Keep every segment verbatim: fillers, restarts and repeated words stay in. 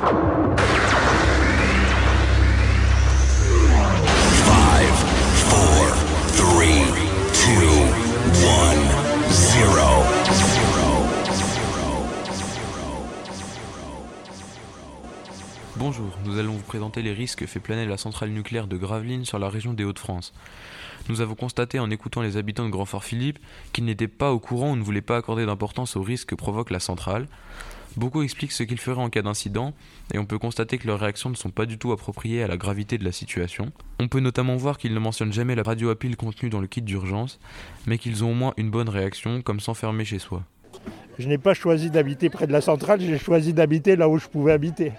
Bonjour, nous allons vous présenter les risques que fait planer la centrale nucléaire de Gravelines sur la région des Hauts-de-France. Nous avons constaté en écoutant les habitants de Grand-Fort-Philippe qu'ils n'étaient pas au courant ou ne voulaient pas accorder d'importance aux risques que provoque la centrale. Beaucoup expliquent ce qu'ils feraient en cas d'incident et on peut constater que leurs réactions ne sont pas du tout appropriées à la gravité de la situation. On peut notamment voir qu'ils ne mentionnent jamais la radio à pile contenue dans le kit d'urgence, mais qu'ils ont au moins une bonne réaction, comme s'enfermer chez soi. Je n'ai pas choisi d'habiter près de la centrale, j'ai choisi d'habiter là où je pouvais habiter.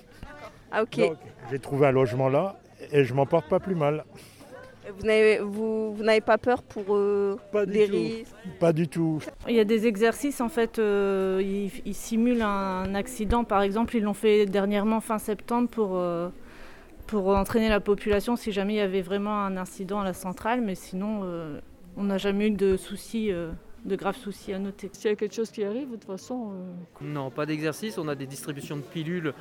Ah ok. Donc, j'ai trouvé un logement là et je m'en porte pas plus mal. Vous n'avez, vous, vous n'avez pas peur pour euh, Pas du les tout. risques? Pas du tout. Il y a des exercices, en fait, euh, ils, ils simulent un accident. Par exemple, ils l'ont fait dernièrement fin septembre pour, euh, pour entraîner la population si jamais il y avait vraiment un incident à la centrale. Mais sinon, euh, on n'a jamais eu de soucis, euh, de graves soucis à noter. S'il y a quelque chose qui arrive, de toute façon... Euh... Non, pas d'exercice. On a des distributions de pilules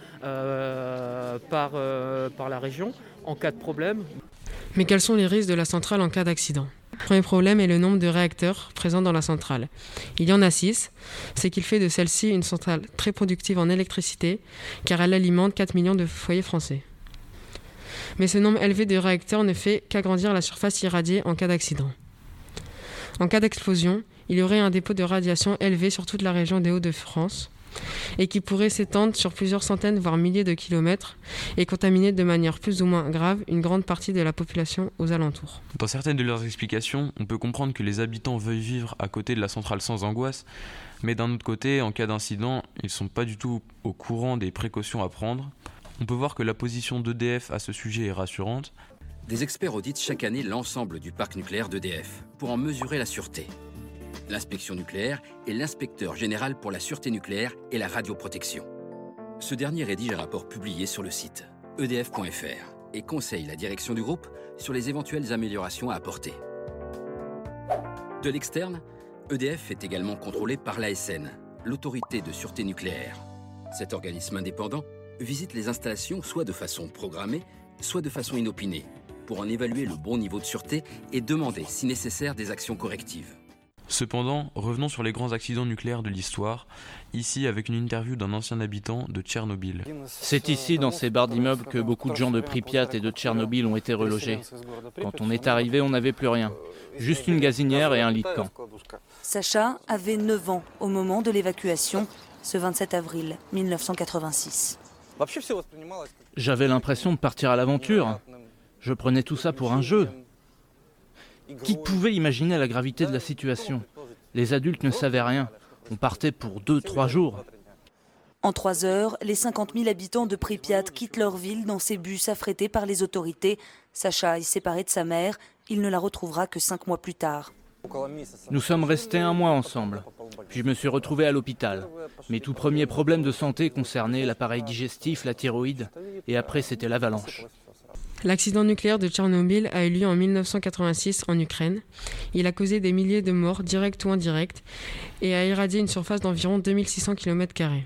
euh, par, euh, par la région en cas de problème. Mais quels sont les risques de la centrale en cas d'accident ? Le premier problème est le nombre de réacteurs présents dans la centrale. Il y en a six, c'est qu'il fait de celle-ci une centrale très productive en électricité, car elle alimente quatre millions de foyers français. Mais ce nombre élevé de réacteurs ne fait qu'agrandir la surface irradiée en cas d'accident. En cas d'explosion, il y aurait un dépôt de radiation élevé sur toute la région des Hauts-de-France, et qui pourrait s'étendre sur plusieurs centaines voire milliers de kilomètres et contaminer de manière plus ou moins grave une grande partie de la population aux alentours. Dans certaines de leurs explications, on peut comprendre que les habitants veuillent vivre à côté de la centrale sans angoisse, mais d'un autre côté, en cas d'incident, ils ne sont pas du tout au courant des précautions à prendre. On peut voir que la position d'E D F à ce sujet est rassurante. Des experts auditent chaque année l'ensemble du parc nucléaire d'E D F pour en mesurer la sûreté. L'inspection nucléaire est l'inspecteur général pour la sûreté nucléaire et la radioprotection. Ce dernier rédige un rapport publié sur le site e d f point f r et conseille la direction du groupe sur les éventuelles améliorations à apporter. De l'externe, E D F est également contrôlé par l'A S N, l'autorité de sûreté nucléaire. Cet organisme indépendant visite les installations soit de façon programmée, soit de façon inopinée, pour en évaluer le bon niveau de sûreté et demander, si nécessaire, des actions correctives. Cependant, revenons sur les grands accidents nucléaires de l'histoire, ici avec une interview d'un ancien habitant de Tchernobyl. C'est ici, dans ces barres d'immeubles, que beaucoup de gens de Pripyat et de Tchernobyl ont été relogés. Quand on est arrivé, on n'avait plus rien. Juste une gazinière et un lit de camp. Sacha avait neuf ans au moment de l'évacuation, ce vingt-sept avril mille neuf cent quatre-vingt-six. J'avais l'impression de partir à l'aventure. Je prenais tout ça pour un jeu. Qui pouvait imaginer la gravité de la situation ? Les adultes ne savaient rien. On partait pour deux, trois jours. En trois heures, les cinquante mille habitants de Pripyat quittent leur ville dans ces bus affrétés par les autorités. Sacha est séparé de sa mère. Il ne la retrouvera que cinq mois plus tard. Nous sommes restés un mois ensemble. Puis je me suis retrouvé à l'hôpital. Mes tout premiers problèmes de santé concernaient l'appareil digestif, la thyroïde. Et après, c'était l'avalanche. L'accident nucléaire de Tchernobyl a eu lieu en mille neuf cent quatre-vingt-six en Ukraine. Il a causé des milliers de morts, directs ou indirects, et a irradié une surface d'environ deux mille six cents kilomètres carrés.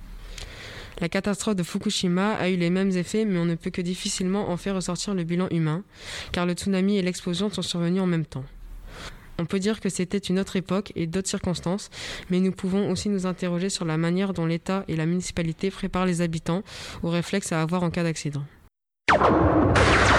La catastrophe de Fukushima a eu les mêmes effets, mais on ne peut que difficilement en faire ressortir le bilan humain, car le tsunami et l'explosion sont survenus en même temps. On peut dire que c'était une autre époque et d'autres circonstances, mais nous pouvons aussi nous interroger sur la manière dont l'État et la municipalité préparent les habitants aux réflexes à avoir en cas d'accident.